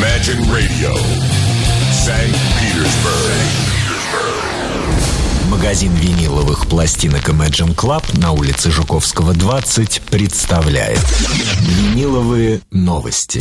Imagine Radio, St. Petersburg. Магазин виниловых пластинок Imagine Club на улице Жуковского, 20 представляет виниловые новости.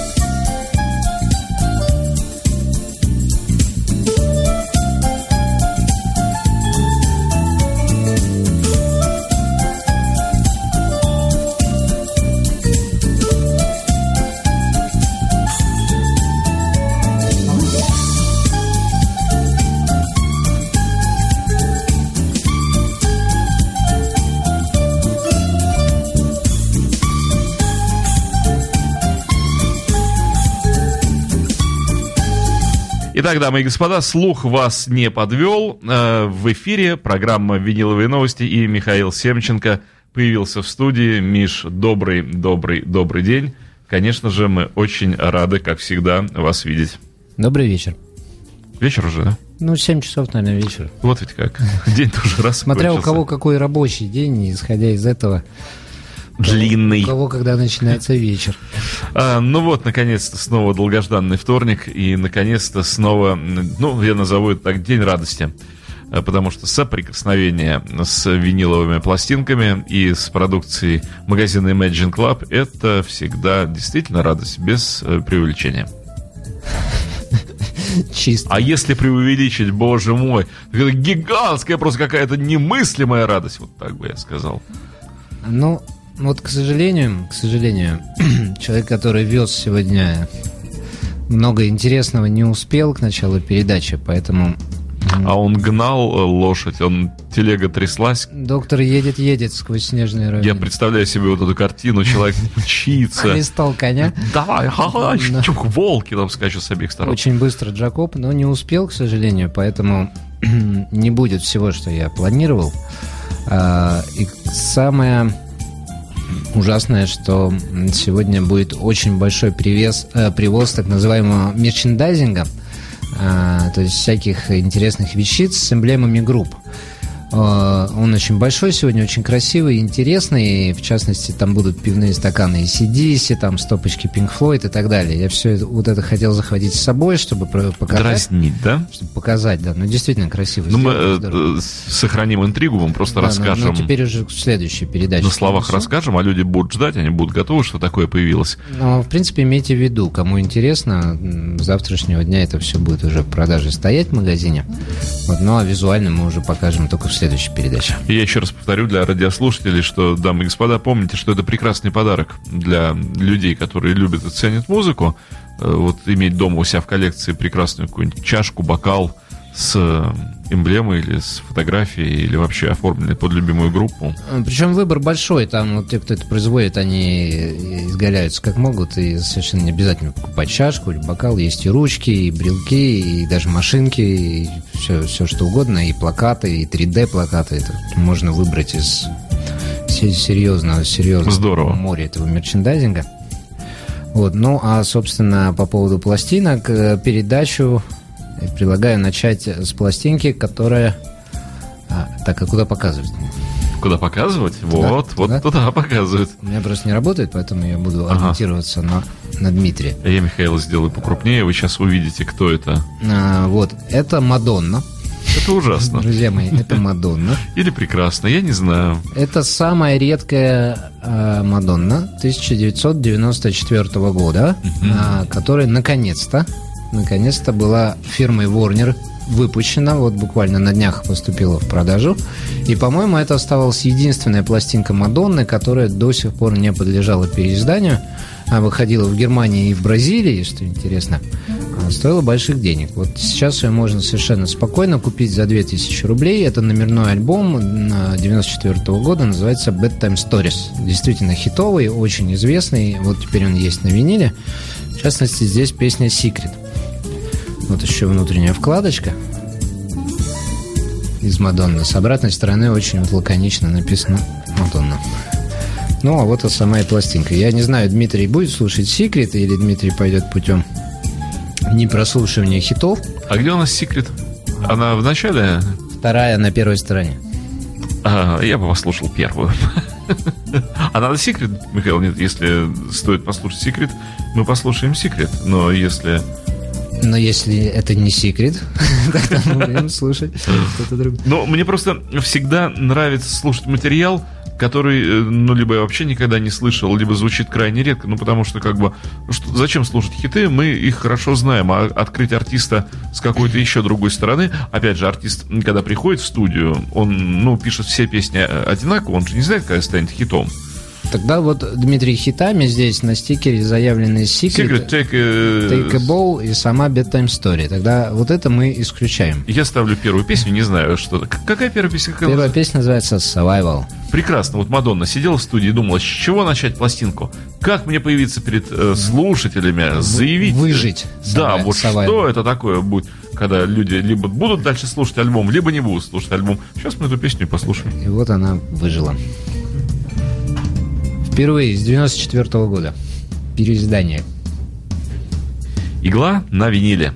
Итак, дамы и господа, слух вас не подвел. В эфире программа «Виниловые новости», и Михаил Семченко появился в студии. Миш, добрый день. Конечно же, мы очень рады, как всегда, вас видеть. Добрый вечер. Вечер уже, да? 7 часов, наверное, вечера. Вот ведь как. День-то уже раз. Смотря у кого какой рабочий день, исходя из этого... Длинный. У кого когда начинается вечер. Наконец-то снова долгожданный вторник, и наконец-то снова, я назову это так, день радости, потому что соприкосновение с виниловыми пластинками и с продукцией магазина Imagine Club — это всегда действительно радость, без преувеличения. Чисто. А если преувеличить, боже мой, это гигантская, просто какая-то немыслимая радость, вот так бы я сказал. К сожалению, человек, который вез сегодня много интересного, не успел к началу передачи, поэтому... А он гнал лошадь, телега тряслась. Доктор едет сквозь снежные равнины. Я представляю себе вот эту картину, человек мчится. Хлестал коня. Давай, волки там скачут с обеих сторон. Очень быстро Джакоб, но не успел, к сожалению, поэтому не будет всего, что я планировал. И самое... ужасное, что сегодня будет очень большой привоз так называемого мерчендайзинга, то есть всяких интересных вещиц с эмблемами групп. Он очень большой сегодня, очень красивый, интересный. В частности, там будут пивные стаканы AC/DC, там стопочки Pink Floyd и так далее. Я все это хотел захватить с собой, чтобы показать. Дразнить, да? Чтобы показать, да. Действительно красиво. Мы сохраним интригу, вам просто расскажем. Теперь уже в следующей передаче. На словах расскажем, а люди будут ждать, они будут готовы, что такое появилось. В принципе, имейте в виду, кому интересно, с завтрашнего дня это все будет уже в продаже стоять в магазине. А визуально мы уже покажем только в следующей передаче. Я еще раз повторю для радиослушателей, что, дамы и господа, помните, что это прекрасный подарок для людей, которые любят и ценят музыку. Иметь дома у себя в коллекции прекрасную какую-нибудь чашку, бокал с эмблемой или с фотографией, или вообще оформленной под любимую группу. Причем выбор большой. Там те, кто это производит, они изгаляются как могут, и совершенно не обязательно покупать чашку или бокал. Есть и ручки, и брелки, и даже машинки, и все что угодно, и плакаты, и 3D-плакаты. Это можно выбрать из серьезного Здорово. Моря этого мерчендайзинга. Собственно, по поводу пластинок, передачу предлагаю начать с пластинки, которая... а куда показывать? Куда показывать? Туда? Туда показывают. У меня просто не работает, поэтому я буду ориентироваться на Дмитрия. Я Михаила сделаю покрупнее, вы сейчас увидите, кто это. Это Мадонна. Это ужасно. Друзья мои, это Мадонна. Или прекрасно, я не знаю. Это самая редкая Мадонна 1994 года, которая наконец-то была фирмой Warner выпущена, буквально на днях поступила в продажу. И, по-моему, это оставалась единственная пластинка Мадонны, которая до сих пор не подлежала переизданию. Выходила в Германии и в Бразилии, что интересно. Стоила больших денег. Сейчас ее можно совершенно спокойно купить за 2000 рублей. Это номерной альбом 1994 года, называется Bad Time Stories. Действительно хитовый, очень известный. Теперь он есть на виниле. В частности, здесь песня Secret. Еще внутренняя вкладочка из Мадонны. С обратной стороны очень лаконично написано Мадонна. И сама пластинка. Я не знаю, Дмитрий будет слушать Secret или Дмитрий пойдет путем непрослушивания хитов. А где у нас Secret? Она в начале? Вторая на первой стороне. Я бы послушал первую. А надо Секрет, Михаил? Нет, если стоит послушать Секрет, мы послушаем Секрет. Но если это не секрет, тогда мы будем слушать что-то другое. Но мне просто всегда нравится слушать материал, который, либо я вообще никогда не слышал, либо звучит крайне редко, потому что, зачем слушать хиты, мы их хорошо знаем, а открыть артиста с какой-то еще другой стороны, опять же, артист, когда приходит в студию, он, пишет все песни одинаково, он же не знает, когда станет хитом. Тогда вот, Дмитрий, хитами здесь на стикере заявлены Secret, Take a Bow и сама Bedtime Story. Тогда вот это мы исключаем. Я ставлю первую песню, не знаю, что. Какая первая песня? Первая песня называется Survival. Прекрасно. Вот Мадонна сидела в студии и думала, с чего начать пластинку? Как мне появиться перед слушателями? Заявить. Выжить. Да, вот что это такое будет, когда люди либо будут дальше слушать альбом, либо не будут слушать альбом. Сейчас мы эту песню и послушаем. И вот она выжила. Впервые с 94 года. Переиздание. Игла на виниле.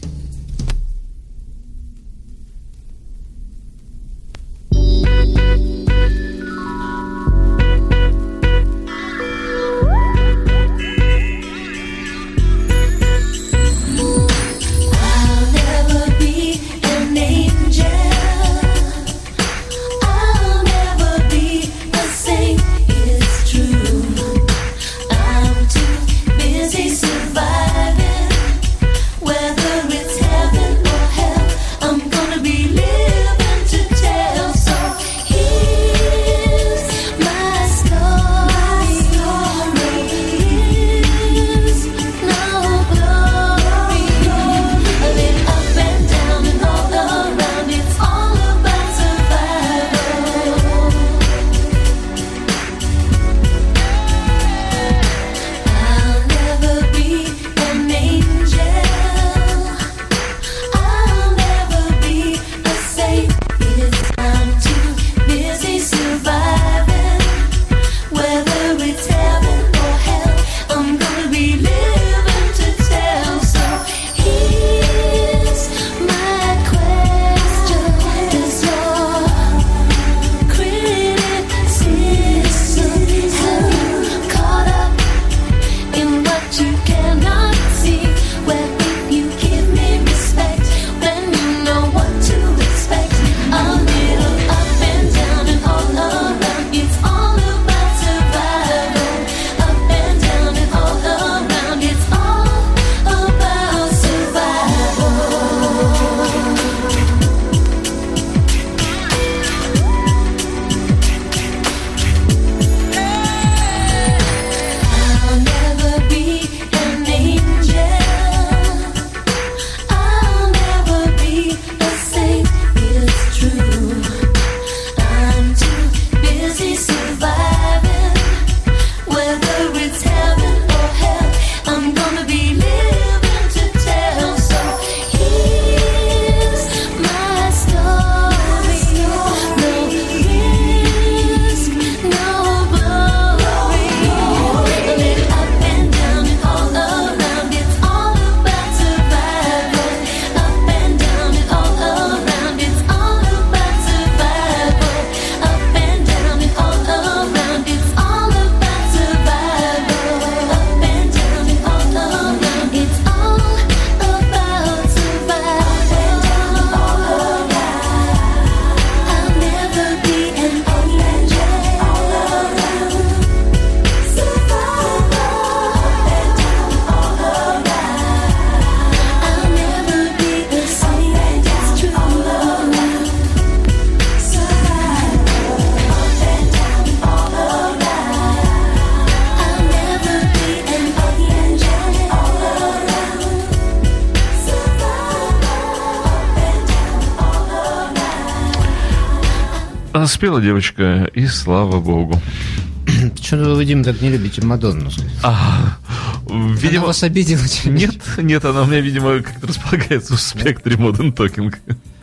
Спела девочка, и слава богу. Почему вы, Дим, так не любите Мадонну? Видимо, она вас обидела? Нет, она у меня, видимо, как-то располагается в спектре Modern Talking.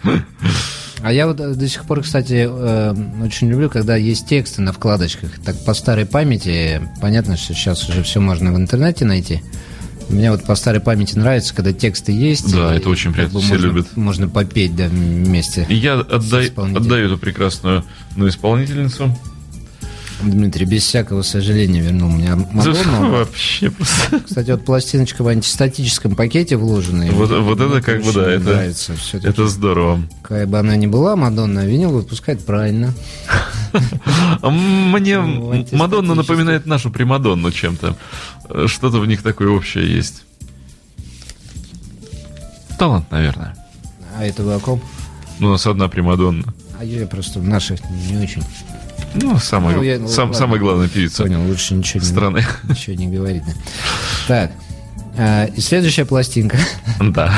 А я вот до сих пор, кстати, очень люблю, когда есть тексты на вкладочках. Так по старой памяти, понятно, что сейчас уже все можно в интернете найти. Мне вот по старой памяти нравится, когда тексты есть. Да, это очень приятно, все любят. Можно попеть, да, вместе. И я отдаю эту прекрасную исполнительницу. Дмитрий, без всякого сожаления вернул мне Мадонну. Вообще. Кстати, вот пластиночка в антистатическом пакете вложенная. Вот это как бы, да, это здорово. Какая бы она ни была, Мадонна винил выпускает правильно. Мне Мадонна напоминает нашу Примадонну чем-то. Что-то в них такое общее есть. Талант, наверное. А это вы о ком? Ну, у нас одна Примадонна. А я просто в наших не очень. Ну, самая главная певица. Понял, лучше ничего не говорить. Да. Так, и следующая пластинка. Да.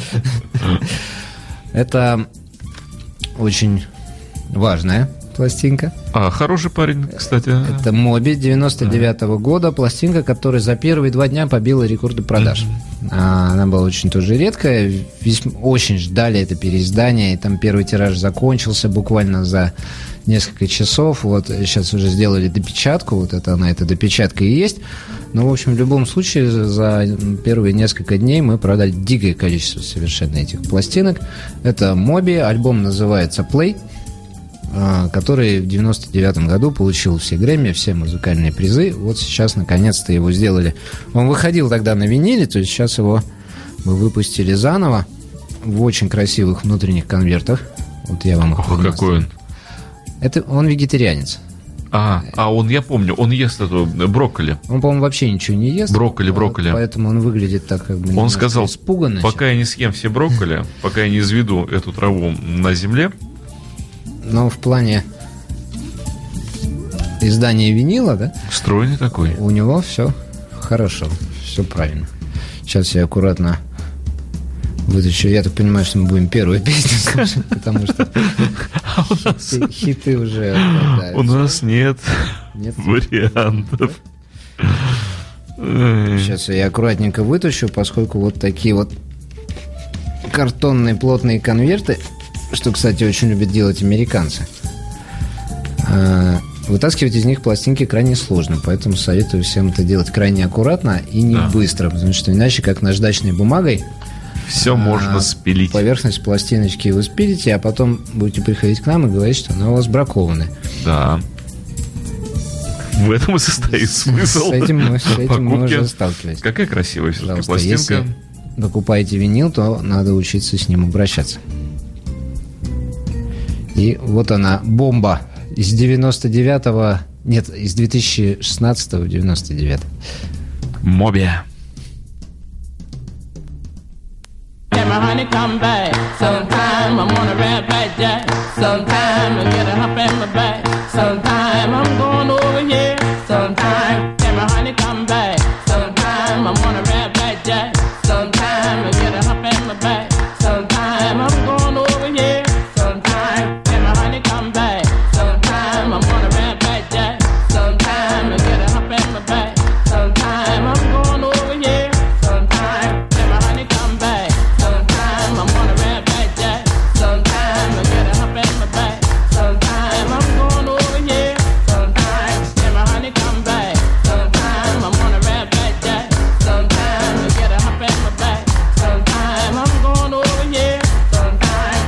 Это очень важная пластинка. Хороший парень, кстати. Это Моби 99-го года. Пластинка, которая за первые 2 дня побила рекорды продаж. Она была очень тоже редкая. Очень ждали это переиздание. И там первый тираж закончился буквально за несколько часов. Вот сейчас уже сделали допечатку. Вот это она, эта допечатка и есть. Но, в общем, в любом случае, за первые несколько дней мы продали дикое количество совершенно этих пластинок. Это Моби. Альбом называется Play, который в 99-м году получил все Грэмми, все музыкальные призы. Вот сейчас, наконец-то, его сделали. Он выходил тогда на виниле, то есть сейчас его мы выпустили заново в очень красивых внутренних конвертах. Вот я вам их покажу. Какой он? Это он вегетарианец. Я помню, он ест эту брокколи. Он, по-моему, вообще ничего не ест. Брокколи. Поэтому он выглядит так, как бы он сказал, испуганно. Пока я не съем все брокколи, пока я не изведу эту траву на земле. Но в плане издания винила, да? Стройный такой. У него все хорошо, все правильно. Сейчас я аккуратно вытащу. Я так понимаю, что мы будем первую песню слушать, потому что хиты уже отпадают. У нас нет вариантов. Сейчас я аккуратненько вытащу, поскольку вот такие вот картонные плотные конверты, что, кстати, очень любят делать американцы. Вытаскивать из них пластинки крайне сложно, поэтому советую всем это делать крайне аккуратно и не быстро, потому что иначе, как наждачной бумагой, все можно спилить. Поверхность пластиночки вы спилите, а потом будете приходить к нам и говорить, что она у вас бракованная. Да. В этом и состоит смысл. С этим мы уже сталкивались. Какая красивая все-таки пластинка. Если покупаете винил, то надо учиться с ним обращаться. И вот она, бомба из 99-го, нет, из 2016-го в 99-й. Моби. Honey, come back. Sometime I'm on a red back jack. Sometime I get a hump in my back. Sometime I'm going over here. Sometime, honey, come back. Sometime I'm on a red back jack. Sometime I get a hump in my back. Sometime I'm going over here. Sometime, honey, come back. Sometime I'm on a red back jack. Sometime I get a hump in my back. Sometime I'm going over here. Sometime, honey, come back. Sometime I'm on a red back jack. Sometime I get a hump in my back. Sometime I'm going over here. Sometime, honey, come back. Sometime I'm on a red back jack. Sometime I get a hump in my back. Sometime I'm going over here. Sometime,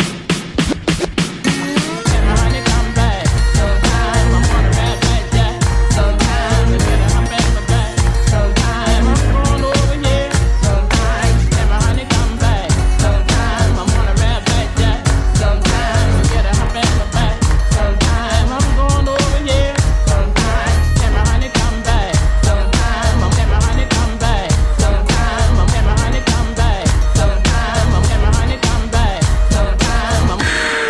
honey, come back. Sometime I'm on a red back jack. Sometime I get a hump in my back. Sometime I'm going over here. Sometime, honey, come back. Sometime I'm on a red back jack. Sometime I get a hump in my back. Sometime I'm going over here. Sometime, honey, come back. Sometime I'm honey, come back. Sometime I'm honey, come back. Sometime I'm honey, come back. Sometime I'm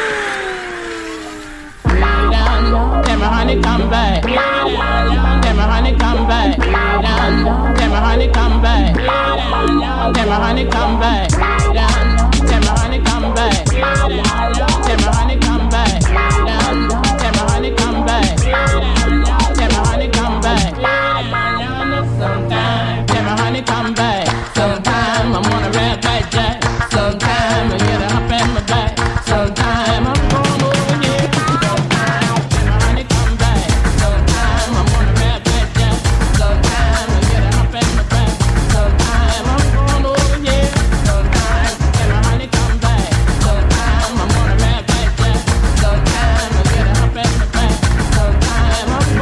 down, honey, come back. Honey, come back. Honey, come back. Honey, come back. Honey, come back. Honey, come back. Honey, come back. Honey, come back. Sometime, honey, come back. Sometime I'm on a red back jack. Sometime I get a hump in my back. Sometime I'm going over here. Sometime, honey, come back. Sometime I'm on a red back jack. Sometime I get a hump in my back. Sometime I'm going over here. Sometime, honey, come back. Sometime I'm on a red back jack. Sometime I get a hump in my back. Sometime I'm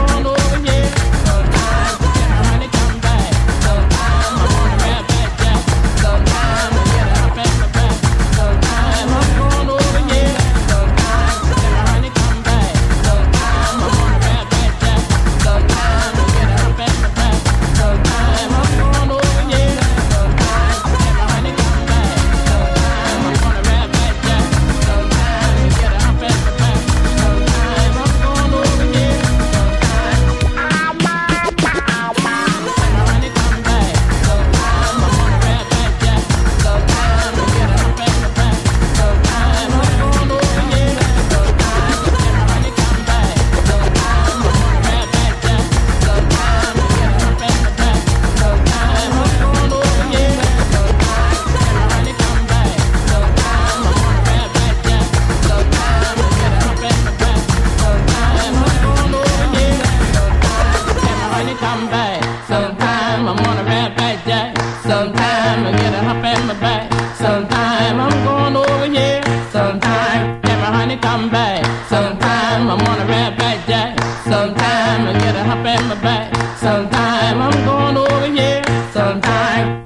come back. Sometime I'm on a red back jack. Sometime I get a hump in my back. Sometime I'm going over here. Sometime.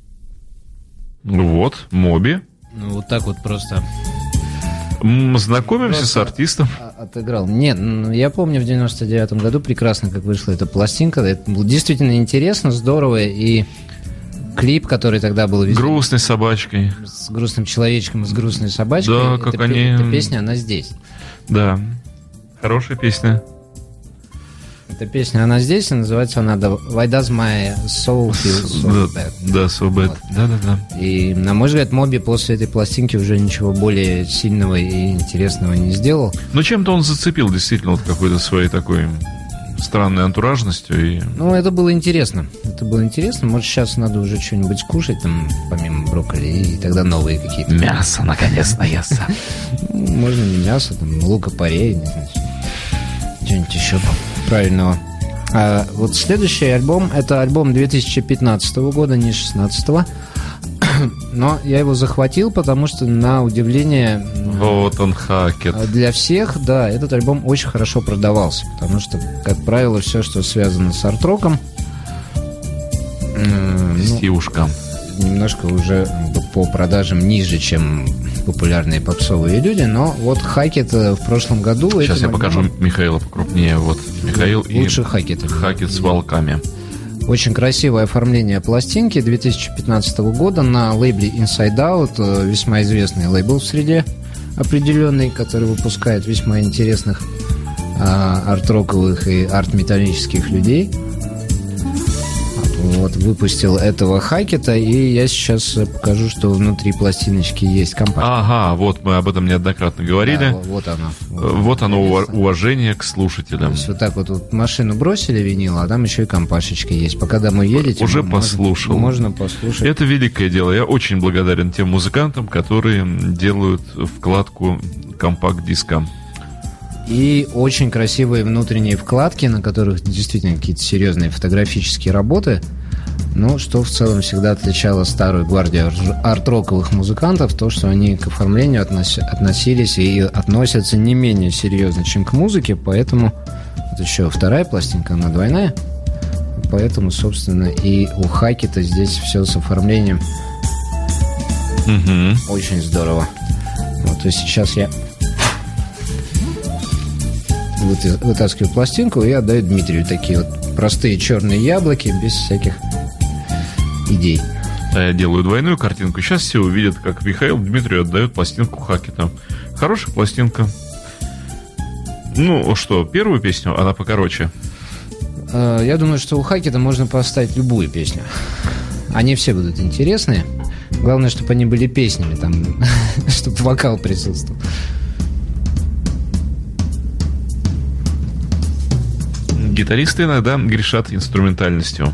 Вот, Моби. Ну, вот так вот просто Знакомимся с артистом. отыграл. Нет, я помню в 99-м году прекрасно, как вышла эта пластинка. Это было действительно интересно, здорово. И клип, который тогда был везде, Грустной собачкой. с грустным человечком и с грустной собачкой. Да, как эта, они... эта песня, она здесь. Да, хорошая песня. Эта песня, она здесь, и называется она Why Does My Soul Feel So Bad. Да, so bad. Вот. Да. И, на мой взгляд, Моби после этой пластинки уже ничего более сильного и интересного не сделал. Но чем-то он зацепил действительно вот какой-то своей такой странной антуражностью. И... Ну, это было интересно. Это было интересно. Может, сейчас надо уже что-нибудь скушать, там, помимо брокколи, и тогда новые какие-то. Мясо, наконец, наесться. Можно не мясо, там, лука-порей, не знаю, что-нибудь еще правильного. А вот следующий альбом, это альбом 2015 года, не 2016. Но я его захватил, потому что, на удивление... Вот он, Хакет. Для всех, да, этот альбом очень хорошо продавался, потому что, как правило, все, что связано с арт-роком, Стивушка. немножко уже по продажам ниже, чем популярные попсовые люди, но вот Хакет в прошлом году... Сейчас я покажу Михаила покрупнее. Вот Михаил лучше и Хакет. Хакет с волками. Очень красивое оформление пластинки 2015 года на лейбле Inside Out, весьма известный лейбл в среде определенный, который выпускает весьма интересных арт-роковых и арт-металлических людей. Вот, выпустил этого Хакета, и я сейчас покажу, что внутри пластиночки есть компакт. Ага, вот мы об этом неоднократно говорили. Да, вот оно. Вот оно, уважение к слушателям. То есть вот так вот машину бросили винил, а там еще и компашечка есть. Пока домой едете, Уже послушал. Можно послушать. Это великое дело. Я очень благодарен тем музыкантам, которые делают вкладку компакт-диска. И очень красивые внутренние вкладки, на которых действительно какие-то серьезные фотографические работы. Ну, что в целом всегда отличало старую гвардию арт-роковых музыкантов, то, что они к оформлению относились и относятся не менее серьезно, чем к музыке. Поэтому это еще вторая пластинка, она двойная. Поэтому, собственно, и у Хакета здесь все с оформлением очень здорово. Вот, и сейчас я вытаскиваю пластинку и отдаю Дмитрию такие вот простые черные яблоки без всяких идей. А я делаю двойную картинку. Сейчас все увидят, как Михаил Дмитрию отдает пластинку Хакета. Хорошая пластинка. Ну что, первую песню, она покороче. Я думаю, что у Хакета можно поставить любую песню. Они все будут интересные. Главное, чтобы они были песнями, там, чтобы вокал присутствовал. Гитаристы иногда грешат инструментальностью.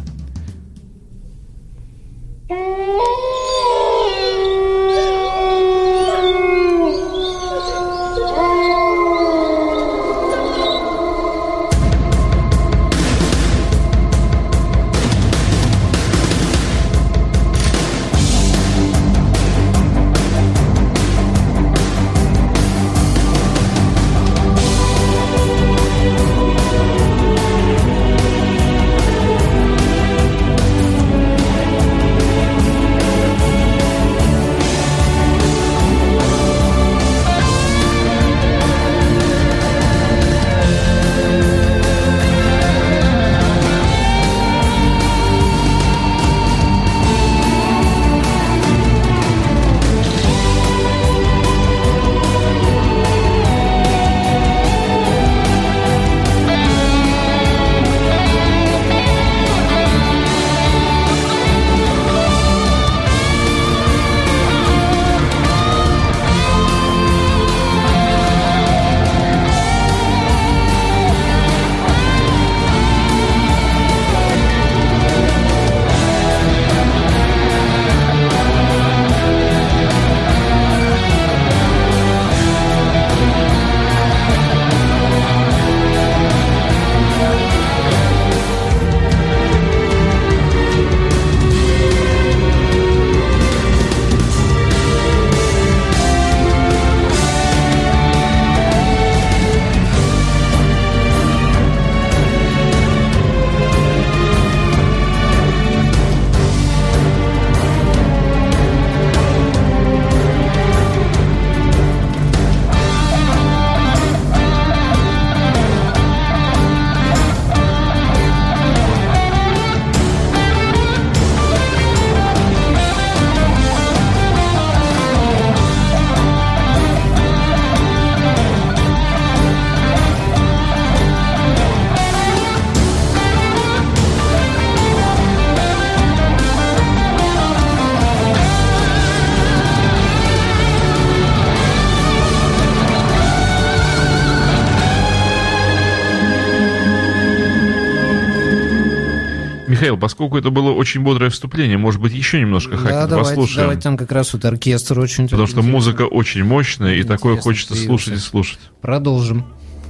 Михаил, поскольку это было очень бодрое вступление, может быть, еще немножко Хакета послушаем? Давайте, там как раз вот оркестр очень... Потому что музыка очень мощная, и такое хочется появился. слушать и слушать. Продолжим.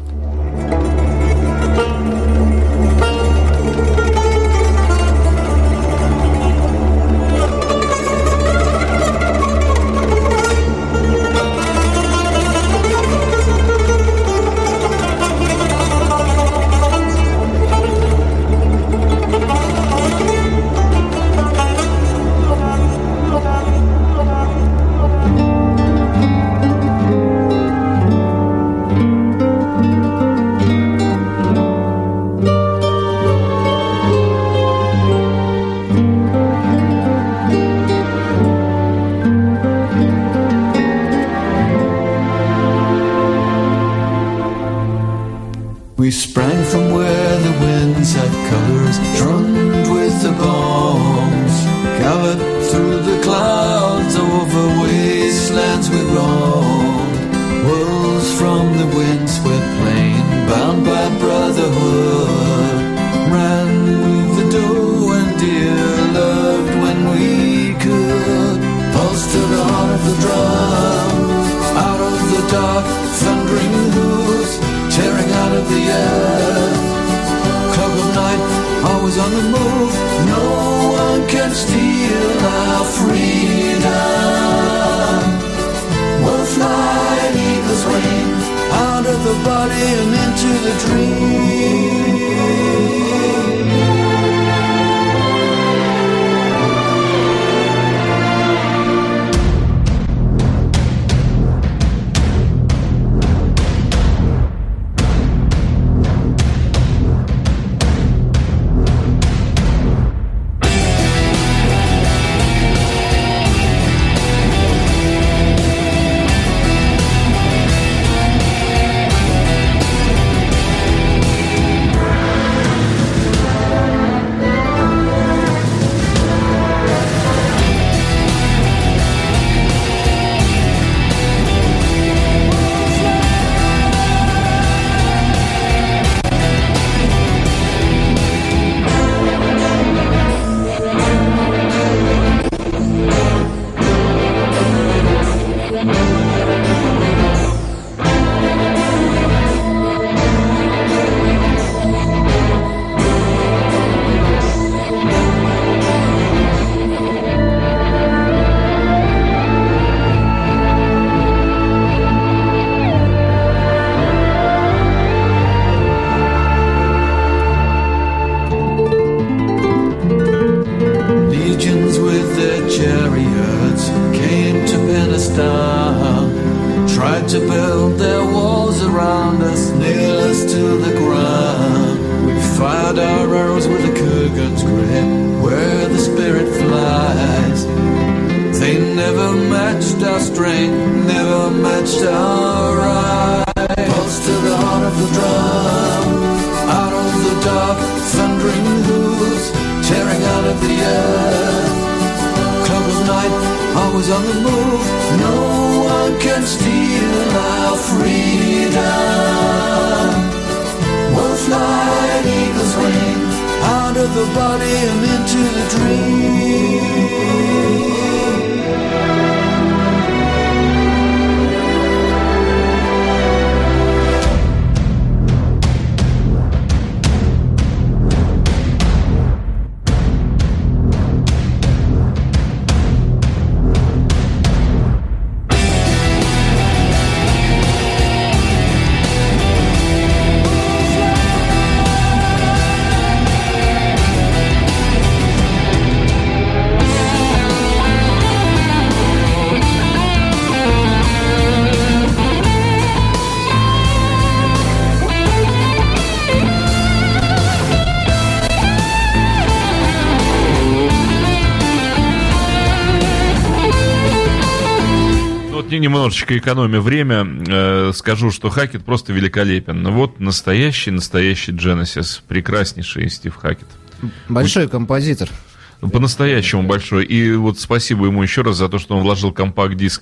We sprang from where the winds had colors, drummed with the bombs, galloped through the clouds, over wastelands we roamed. Wolves from the wind swept plain, bound by brotherhood, ran with the doe and deer, loved when we could. Pulse to the heart of the drum, out of the dark, thundering hooves, tearing out of the air. Cloak of night, always on the move. No one can steal our freedom. We'll fly an eagle's wing, out of the body and into the dream. Немножечко экономя время, скажу, что Хакет просто великолепен. Вот настоящий Genesis, прекраснейший Стив Хакет. Большой композитор. По-настоящему большой. И вот спасибо ему еще раз за то, что он вложил компакт-диск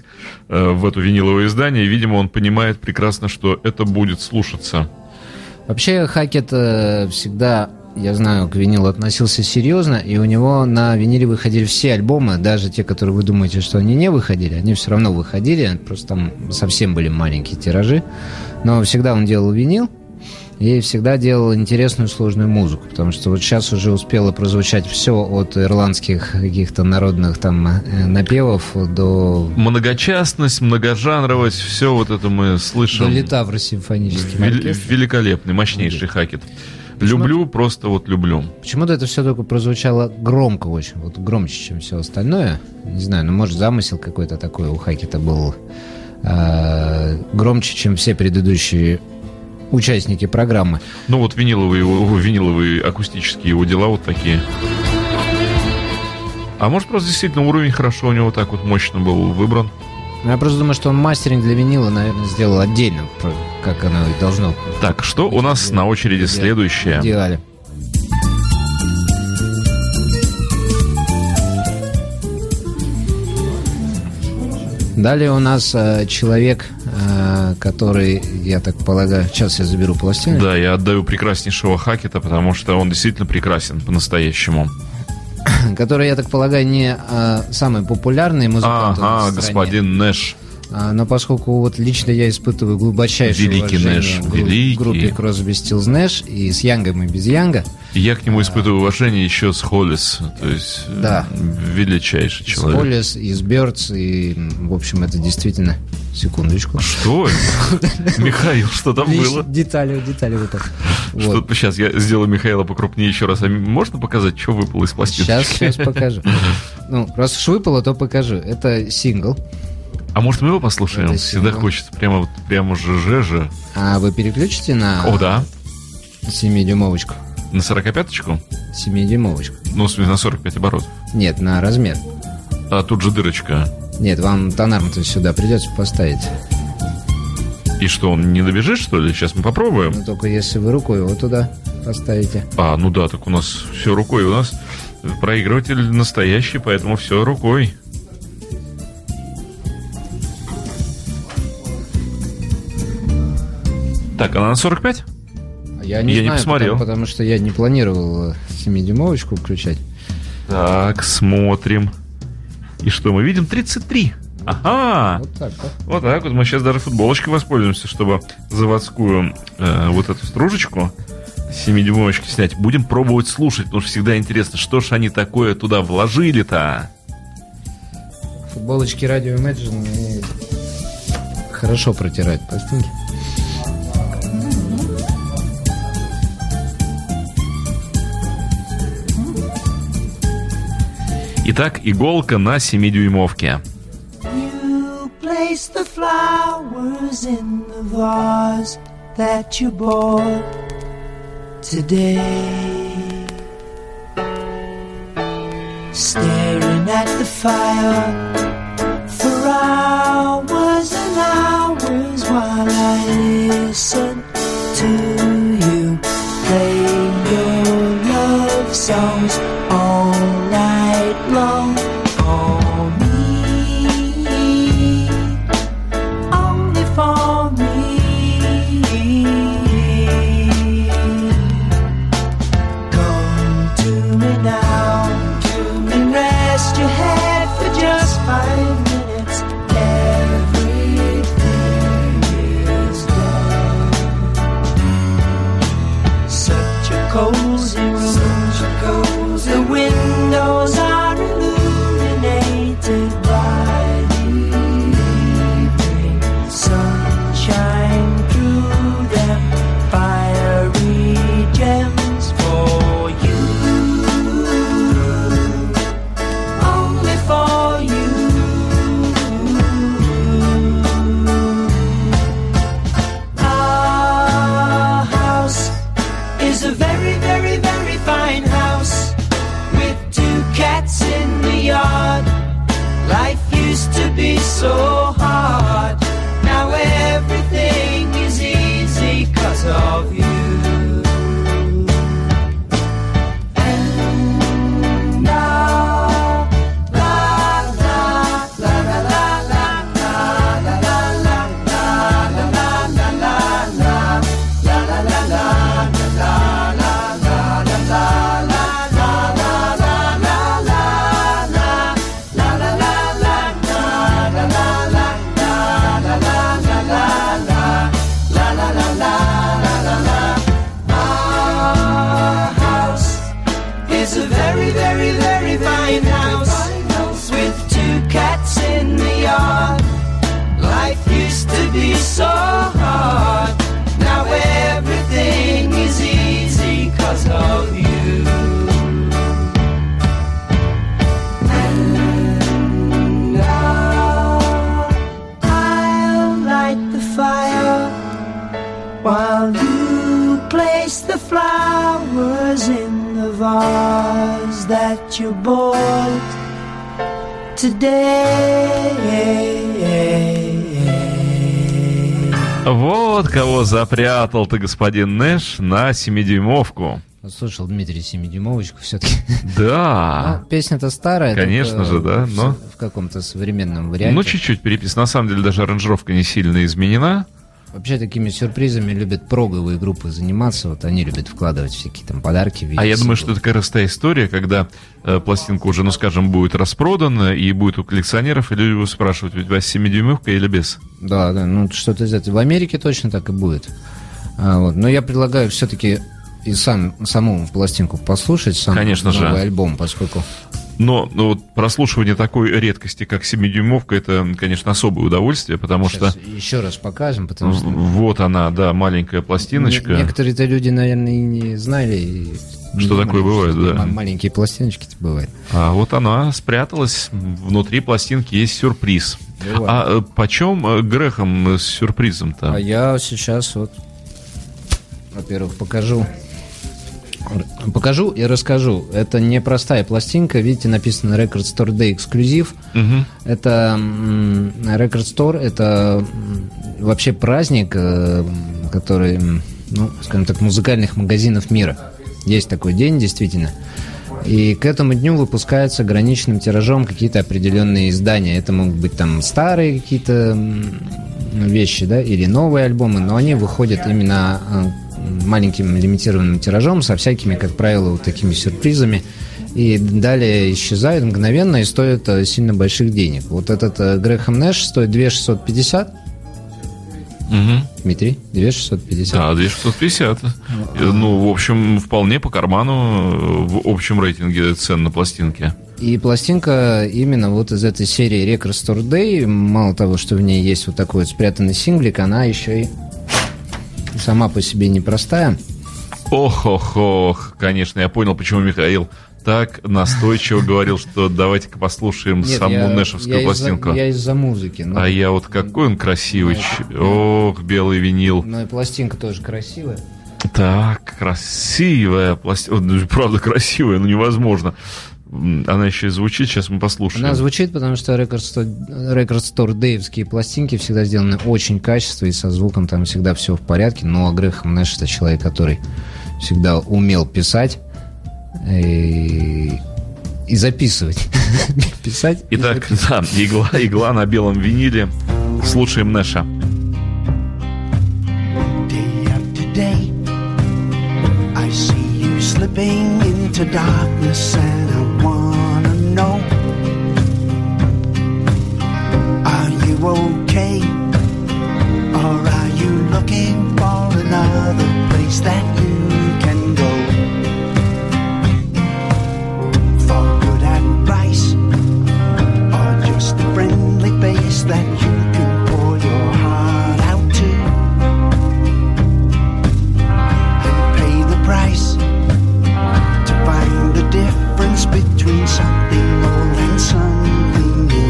в это виниловое издание. Видимо, он понимает прекрасно, что это будет слушаться. Вообще, Хакет всегда я знаю, к винилу относился серьезно, и у него на виниле выходили все альбомы, даже те, которые вы думаете, что они не выходили, они все равно выходили, просто там совсем были маленькие тиражи, но всегда он делал винил и всегда делал интересную сложную музыку, потому что вот сейчас уже успело прозвучать все от ирландских каких-то народных там напевов до... Многочастность, многожанровость, все вот это мы слышим. До Литавра симфоническим оркестром. Великолепный, мощнейший Хакет. Люблю, просто вот люблю. Почему-то это все только прозвучало громко очень, вот громче, чем все остальное. Не знаю, ну, может, замысел какой-то такой у Хакета был громче, чем все предыдущие участники программы. Ну вот виниловые акустические его дела вот такие. А может, просто действительно уровень хорошо у него так вот мощно был выбран. Я просто думаю, что он мастеринг для винила, наверное, сделал отдельно, как оно и должно. Так, что у нас на очереди следующее? В идеале. Далее у нас человек, который, я так полагаю... Сейчас я заберу пластину. Да, я отдаю прекраснейшего Хакета, потому что он действительно прекрасен по-настоящему. Который, я так полагаю, не самый популярный музыкант. Ага, господин Нэш. Но поскольку вот лично я испытываю глубочайшее Великий уважение Нэш, к группе Crosby, Stills, Nash, и с Янгом, и без Янга. Я к нему испытываю уважение еще с Холлис, то есть да. Величайший человек. С Холлис, и с Бёрдс, и, в общем, это действительно... Секундочку. Что? Михаил, что там было? Детали вот так. Вот. Сейчас я сделаю Михаила покрупнее еще раз. А можно показать, что выпало из пластинки? Сейчас покажу. Ну, раз уж выпало, то покажу. Это сингл. А может, мы его послушаем? Всегда хочется прямо же. А вы переключите на... О, да. 7-дюймовочку. На 45-очку? 7-дюймовочку. Ну, в смысле, на 45 оборотов. Нет, на размер. А тут же дырочка. Нет, вам тонарм-то сюда придется поставить. И что, он не добежит, что ли? Сейчас мы попробуем. Ну, только если вы рукой его туда поставите. А, ну да, так у нас все рукой. У нас проигрыватель настоящий, поэтому все рукой. Так, она на 45? Я не знаю, посмотрел. Потому что я не планировал 7-дюймовочку включать. Так, смотрим. И что мы видим? 33. Ага. Вот так вот. Вот так вот. Мы сейчас даже футболочкой воспользуемся, чтобы заводскую вот эту стружечку 7-дюймовочки снять. Будем пробовать слушать, потому что всегда интересно, что ж они такое туда вложили-то. Футболочки Radio Imagine хорошо протирают пластинки. Итак, иголка на 7-дюймовке. You place the flowers in the vase that you bought today, staring at the fire for hours and hours while I listen to you play your love songs all night long. For me, only for me. Come to me now and rest your head for just 5 minutes. Everything is done. Such a cozy room. The windows are illuminated. that you're bored today. Вот кого запрятал ты, господин Нэш, на 7-дюймовку. Слушал Дмитрий 7-дюймовочку все-таки. Да. Ну, песня-то старая. Конечно же, да. Но... В каком-то современном варианте. Ну, чуть-чуть перепис. На самом деле, даже аранжировка не сильно изменена. Вообще, такими сюрпризами любят проговые группы заниматься. Вот они любят вкладывать всякие там подарки в виде А я думаю, что синглов. это как раз та история, когда пластинка уже, ну, скажем, будет распродана и будет у коллекционеров, и люди будут спрашивать, у тебя 7-дюймовка или без? Да, ну что-то из этого. В Америке точно так и будет. Вот. Но я предлагаю все-таки и саму пластинку послушать, сам Конечно новый же. альбом, поскольку... Но вот прослушивание такой редкости, как 7-дюймовка, это, конечно, особое удовольствие, потому Сейчас что... еще раз покажем, потому что... Вот она, да, маленькая пластиночка. Некоторые-то люди, наверное, и не знали, и не Что думали, такое бывает, что да. маленькие пластиночки-то бывают. А вот она спряталась. Внутри пластинки есть сюрприз. Бывает. А почем Грэхэм с сюрпризом-то? А я сейчас вот, во-первых, покажу и расскажу. Это непростая пластинка. Видите, написано Record Store Day эксклюзив. Мгм. Это Record Store, это вообще праздник, который, ну, скажем так, музыкальных магазинов мира. Есть такой день, действительно. И к этому дню выпускаются ограниченным тиражом какие-то определенные издания. Это могут быть там старые какие-то вещи, да, или новые альбомы, но они выходят именно маленьким лимитированным тиражом со всякими, как правило, вот такими сюрпризами. И далее исчезают мгновенно и стоят сильно больших денег. Вот этот Грэхэм Нэш стоит 2650. Мгм. Дмитрий, 2650. Да, 2650. Ну, в общем, вполне по карману в общем рейтинге цен на пластинки. И пластинка именно вот из этой серии Record Store Day, мало того, что в ней есть вот такой вот спрятанный синглик, она еще и сама по себе непростая. Ох, конечно, я понял, почему Михаил так настойчиво говорил, что давайте-ка послушаем Нет, саму нэшевскую пластинку. Я из-за музыки. Но, А я вот какой он красивый. Ох, белый винил. но и пластинка тоже красивая. Так, красивая пластинка. Правда, красивая, но невозможно. Она еще и звучит, сейчас мы послушаем. Она звучит, потому что Record Store Day-евские пластинки всегда сделаны очень качественно, и со звуком там всегда все в порядке. Но Грэхэм Нэш — это человек, который всегда умел писать и записывать. Писать. Итак, да, игла на белом виниле. Слушаем Нэша. Day after day, I see you slipping into darkness, and I wanna know, are you okay, or are you looking for another place that you can go? For good advice, or just a friendly face that you can pour your heart out to, and pay the price to find the difference between something old and something new.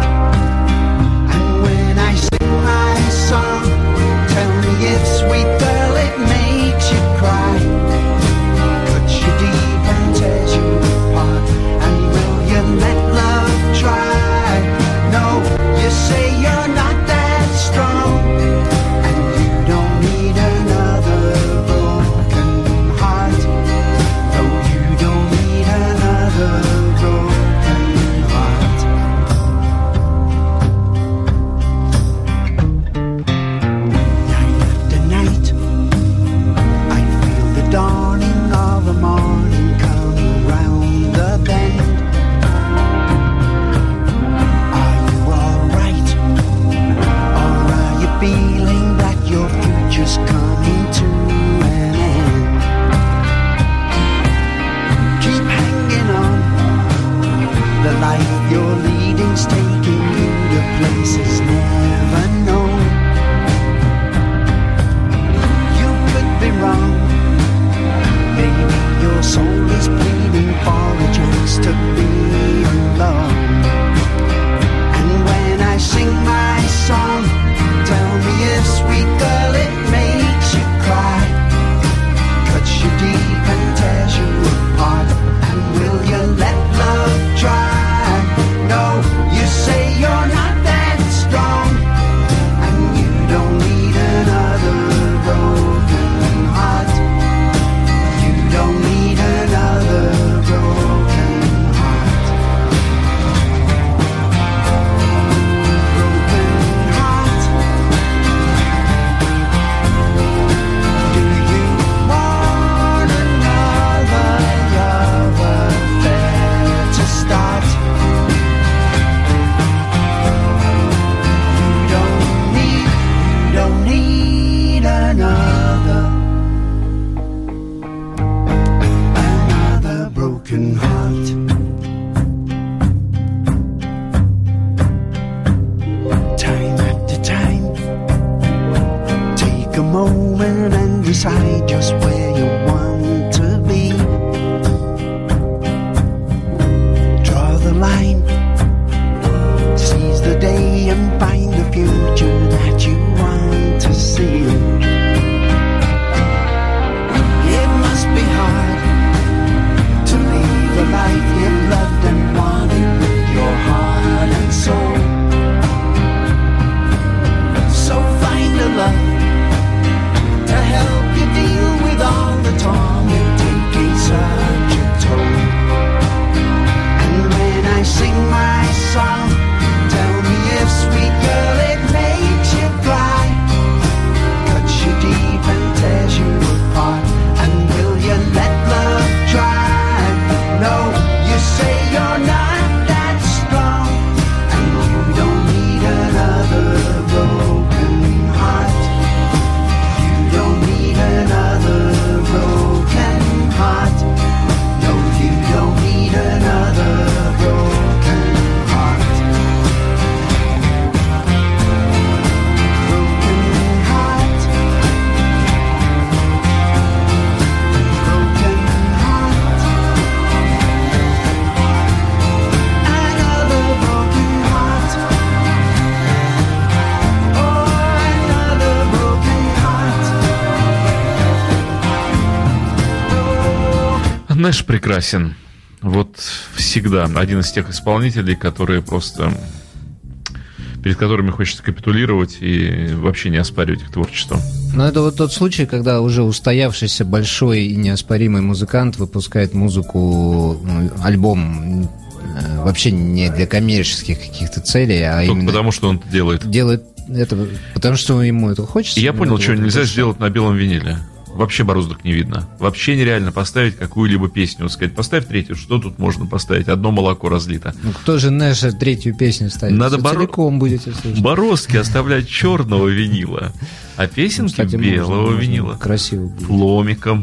And when I sing my song, tell me if, sweet girl, it makes you cry, cuts you deep and tears you apart, and will you let love try? No, you say you're not that strong, and you don't need another broken heart. No, you don't need another broken heart. Night after night, I feel the dawning of a morning come around the bend. Are you alright? Or are you feeling that your future's coming to an end? Keep hanging on. The life you're leading's taking you to places never known. You could be wrong. Maybe your soul is pleading for a chance to be alone. And when I sing my song, tell me if, sweet girl, it makes you cry, cuts you deep and tears you apart, and will you let decide just where you want to be. Draw the line, seize the day and find the future that you want to see. It must be hard to leave a life you've loved and wanted with your heart and soul. So find a love to help you deal with all the torment taking such a toll. And when I sing my song, tell me if, sweet girl, it makes you cry, cuts you deep and tears you apart. And will you let love try? No, you say you're not that strong, and you don't need another broken heart. You don't need another broken heart. No, you don't need another broken heart. Broken heart. Broken heart. Another broken heart. Oh, another broken heart. Нэш прекрасен. Вот всегда один из тех исполнителей, которые просто... перед которыми хочется капитулировать и вообще не оспаривать их творчество. Но это вот тот случай, когда уже устоявшийся большой и неоспоримый музыкант выпускает музыку, альбом вообще не для коммерческих каких-то целей, а Только именно... потому, что он это делает. Делает это, потому что ему это хочется. И я понял, Это что вот нельзя это сделать на белом виниле. Вообще бороздок не видно. Вообще нереально поставить какую-либо песню. Вот сказать, поставь третью, что тут можно поставить? Одно молоко разлито. Ну, кто же Нэша третью песню ставит? Надо Всё целиком будете слушать. Бороздки оставлять черного винила, а песенки Кстати, белого можно винила. красиво будет. Фломиком.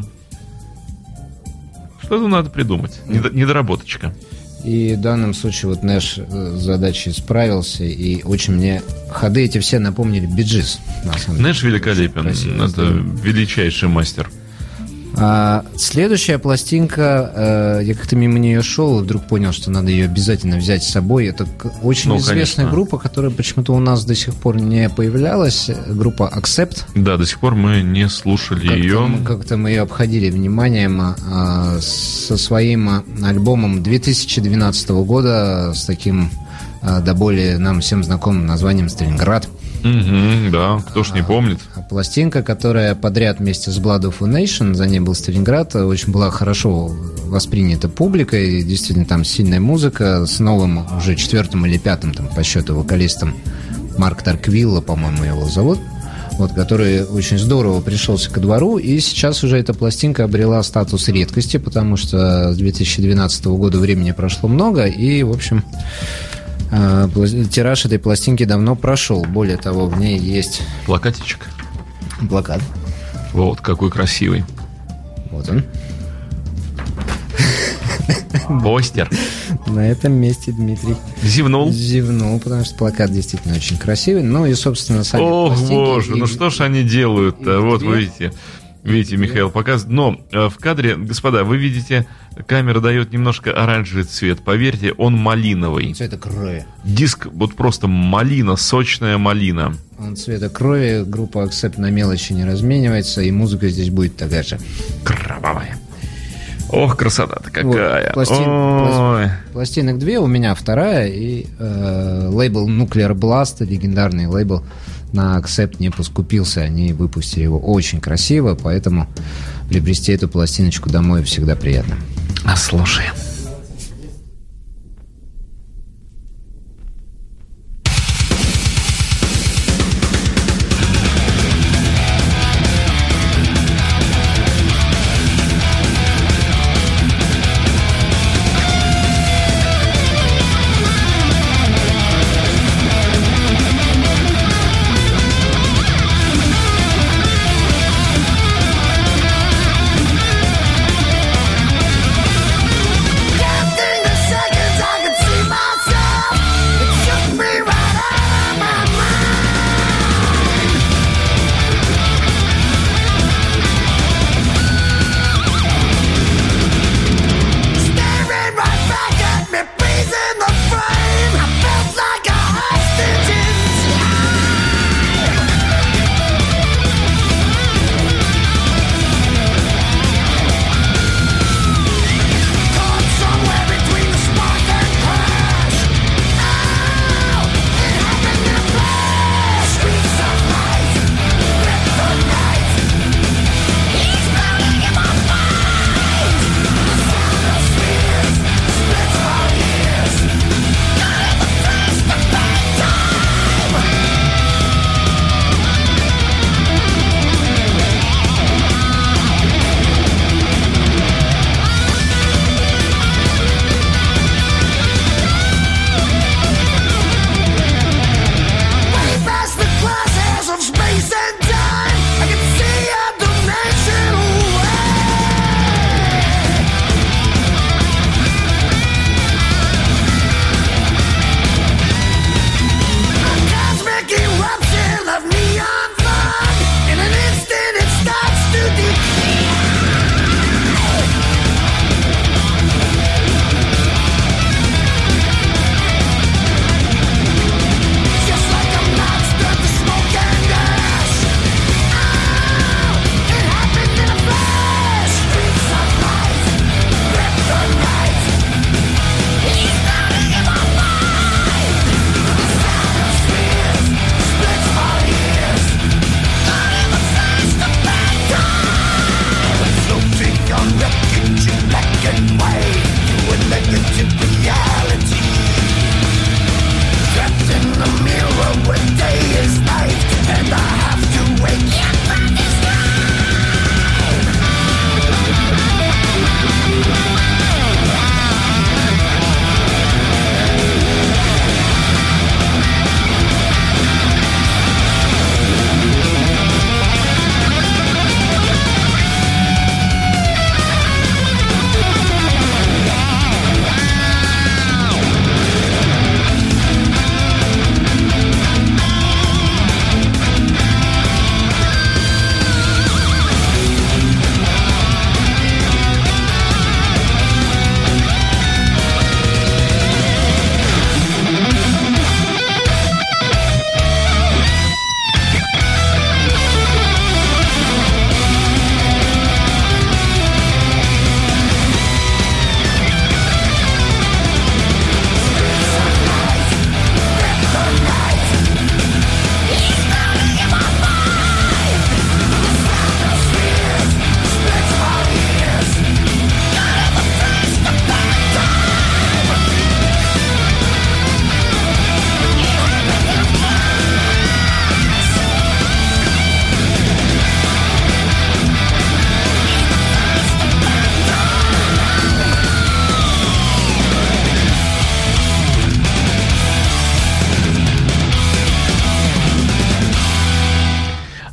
Что-то надо придумать. Недоработочка. И в данном случае вот Нэш с задачей справился, и очень мне ходы эти все напомнили Bee Gees, на самом деле. Нэш великолепен. Красиво Это сделано. величайший мастер. Следующая пластинка, я как-то мимо нее шел и вдруг понял, что надо ее обязательно взять с собой. Это очень Ну, известная конечно. группа, которая почему-то у нас до сих пор не появлялась. Группа Accept. Да, до сих пор мы не слушали ее. Как-то мы ее обходили вниманием со своим альбомом 2012 года с таким до боли нам всем знакомым названием «Сталинград». Мгм, да, кто ж не помнит. Пластинка, которая подряд вместе с Blood of a Nation, за ней был Сталинград, очень была хорошо воспринята публикой. Действительно, там сильная музыка с новым, уже 4-м или 5-м там, по счету вокалистом Марк Тарквилла, по-моему, его зовут. Вот, который очень здорово пришелся ко двору. И сейчас уже эта пластинка обрела статус редкости, потому что с 2012 года времени прошло много. И, в общем, тираж этой пластинки давно прошел. Более того, в ней есть Плакатичек. плакат. Вот, какой красивый. Вот он. Постер. На этом месте Дмитрий Зевнул. зевнул, потому что плакат действительно очень красивый. Ну и, собственно, сами Ох, пластинки. боже, И- ну что ж они делают-то? и Вот, две. вы видите. Видите, Михаил показывает. Но в кадре, господа, вы видите, камера дает немножко оранжевый цвет. Поверьте, он малиновый. Цвета крови. Диск вот просто малина, сочная малина. Он цвета крови. Группа Accept на мелочи не разменивается. И музыка здесь будет такая же. Кровавая. Ох, красота-то какая. Вот, Ой. Пластинок две, у меня вторая. И лейбл Nuclear Blast, легендарный лейбл, на Accept не поскупился. Они выпустили его очень красиво. Поэтому приобрести эту пластиночку домой всегда приятно. А слушаем. Thank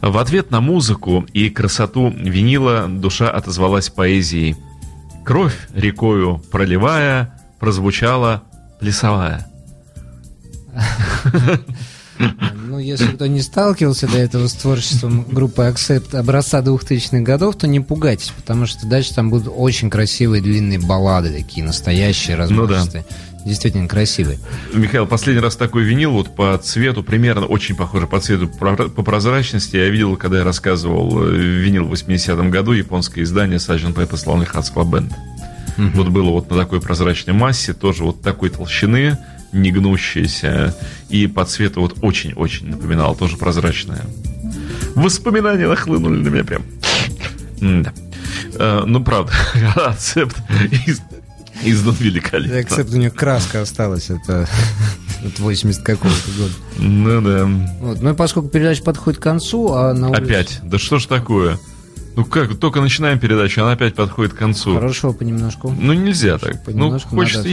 В ответ на музыку и красоту винила душа отозвалась поэзией. Кровь рекою проливая, прозвучала плясовая. Ну, если кто не сталкивался до этого с творчеством группы Accept образца 2000-х годов, то не пугайтесь, потому что дальше там будут очень красивые длинные баллады, такие настоящие, размашистые. Действительно красивые. Михаил, последний раз такой винил вот по цвету, примерно очень похоже по цвету, по прозрачности. Я видел, когда я рассказывал винил в 80-м году, японское издание Sgt. Pepper's Lonely Hearts Club Band. Вот было вот на такой прозрачной массе, тоже вот такой толщины, не гнущаяся, и по цвету вот очень-очень напоминало, тоже прозрачное. Воспоминания нахлынули на меня прям. Да. Ну, правда, Accept издан великолепно. Accept, у них краска осталась, это от 80 какого-то года. Ну да. Вот. Ну и поскольку передача подходит к концу, а на улице... Опять? Да что ж такое? Ну как, только начинаем передачу, она опять подходит к концу. Хорошо, понемножку. Ну нельзя так. Ну хочется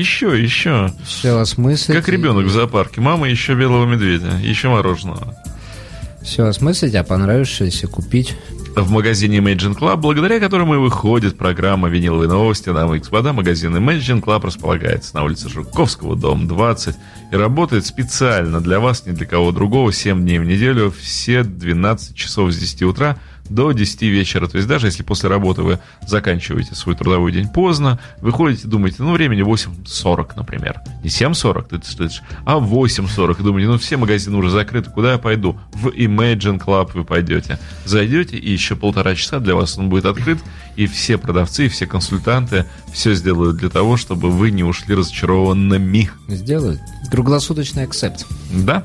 еще. Все осмыслить. Как ребенок в зоопарке. Мама, еще белого медведя, еще мороженого. Все осмыслить, а понравившееся купить. В магазине Imagine Club, благодаря которому и выходит программа «Виниловые новости» на Господа, магазин Imagine Club располагается на улице Жуковского, дом 20, и работает специально для вас, ни для кого другого, 7 дней в неделю, все 12 часов с 10 утра до 10 вечера. То есть даже если после работы вы заканчиваете свой трудовой день поздно, вы ходите и думаете, ну, времени 8:40, например. Не 7:40, а 8:40. И думаете, ну, все магазины уже закрыты, куда я пойду? В Imagine Club вы пойдете. Зайдете, и еще 1,5 часа для вас он будет открыт, и все продавцы, и все консультанты все сделают для того, чтобы вы не ушли разочарованными. Сделают. Круглосуточный Accept. Да?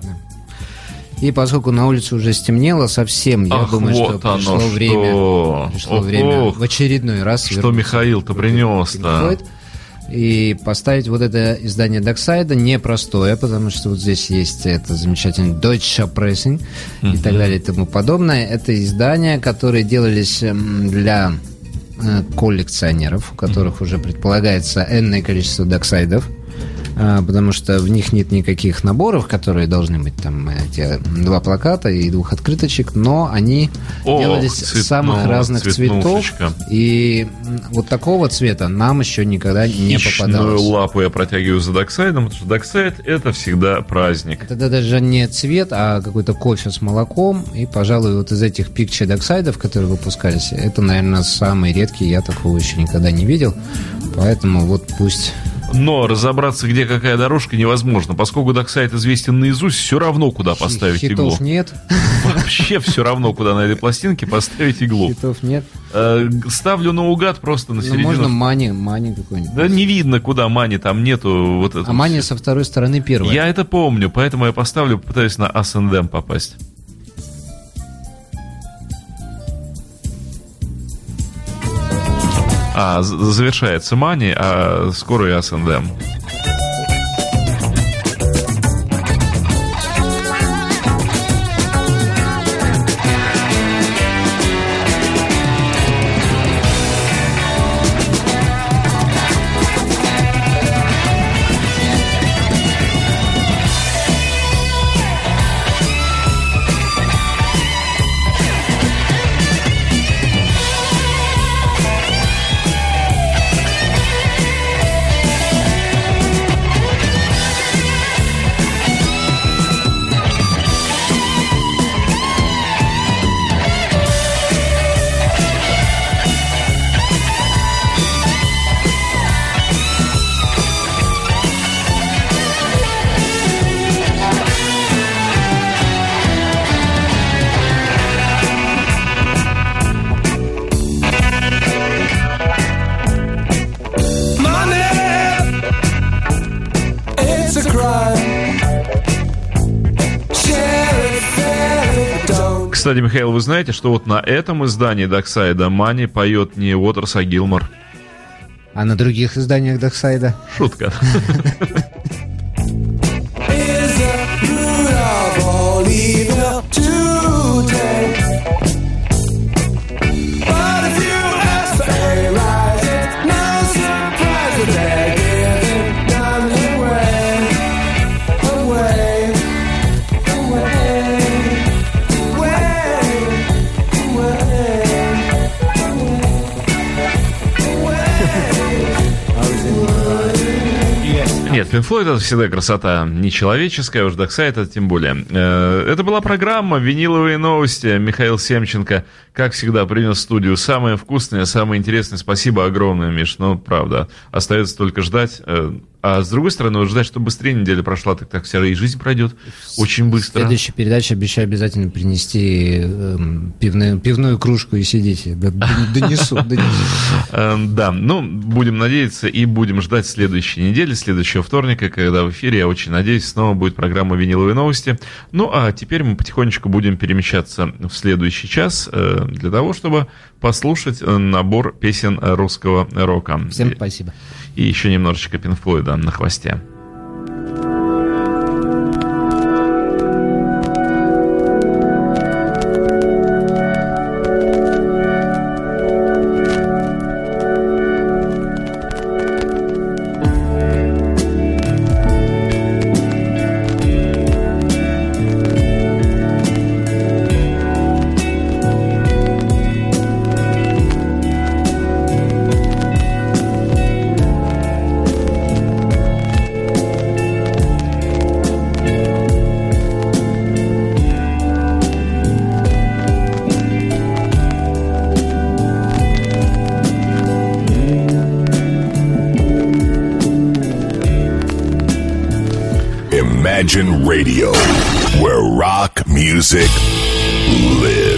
И поскольку на улице уже стемнело совсем, я думаю, вот что пришло время в очередной раз... Что Михаил-то принес-то? И поставить вот это издание Darkside непростое, потому что вот здесь есть это замечательный Deutsche Pressing и так далее и тому подобное. Это издания, которые делались для коллекционеров, у которых уже предполагается энное количество Darkside'ов. Потому что в них нет никаких наборов, которые должны быть там эти 2 плаката и 2 открыточек, но они делались самых разных цветов. И вот такого цвета нам еще никогда не попадалось. Лапу я протягиваю за Darkside, потому что Darkside — это всегда праздник. Это даже не цвет, а какой-то кофе с молоком. И, пожалуй, вот из этих Picture Darkside'ов, которые выпускались, это, наверное, самый редкий. Я такого еще никогда не видел. Поэтому вот пусть... Но разобраться, где какая дорожка, невозможно. Поскольку Darkside известен наизусть, все равно, куда поставить иглу. Хитов нет. Вообще все равно, куда на этой пластинке поставить иглу. Хитов нет. Ставлю наугад просто на середину. Можно мани какой-нибудь. Да не видно, куда мани, там нету вот этого. А мани со второй стороны первая. Я это помню, поэтому я поставлю, попытаюсь на S&M попасть. Завершается мани, а скоро и S&M. Кстати, Михаил, вы знаете, что вот на этом издании Darkside Мани поет не Уотерс, а Гилмор? А на других изданиях Darkside? Шутка. Pink Floyd — это всегда красота нечеловеческая, уж Dark Side это тем более. Это была программа «Виниловые новости». Михаил Семченко, как всегда, принес в студию самое вкусное, самое интересное. Спасибо огромное, Миш. Ну, правда, остается только ждать. А с другой стороны, вот ждать, чтобы быстрее неделя прошла, так вся и жизнь пройдет очень быстро. В следующей передаче обещаю обязательно принести пивную кружку и сидите. Донесу. Да, ну, будем надеяться и будем ждать следующей недели, следующего вторника, когда в эфире, я очень надеюсь, снова будет программа «Виниловые новости». Ну, а теперь мы потихонечку будем перемещаться в следующий час для того, чтобы послушать набор песен русского рока. Всем спасибо. И еще немножечко Pink Floyd на хвосте. Imagine Radio, where rock music lives.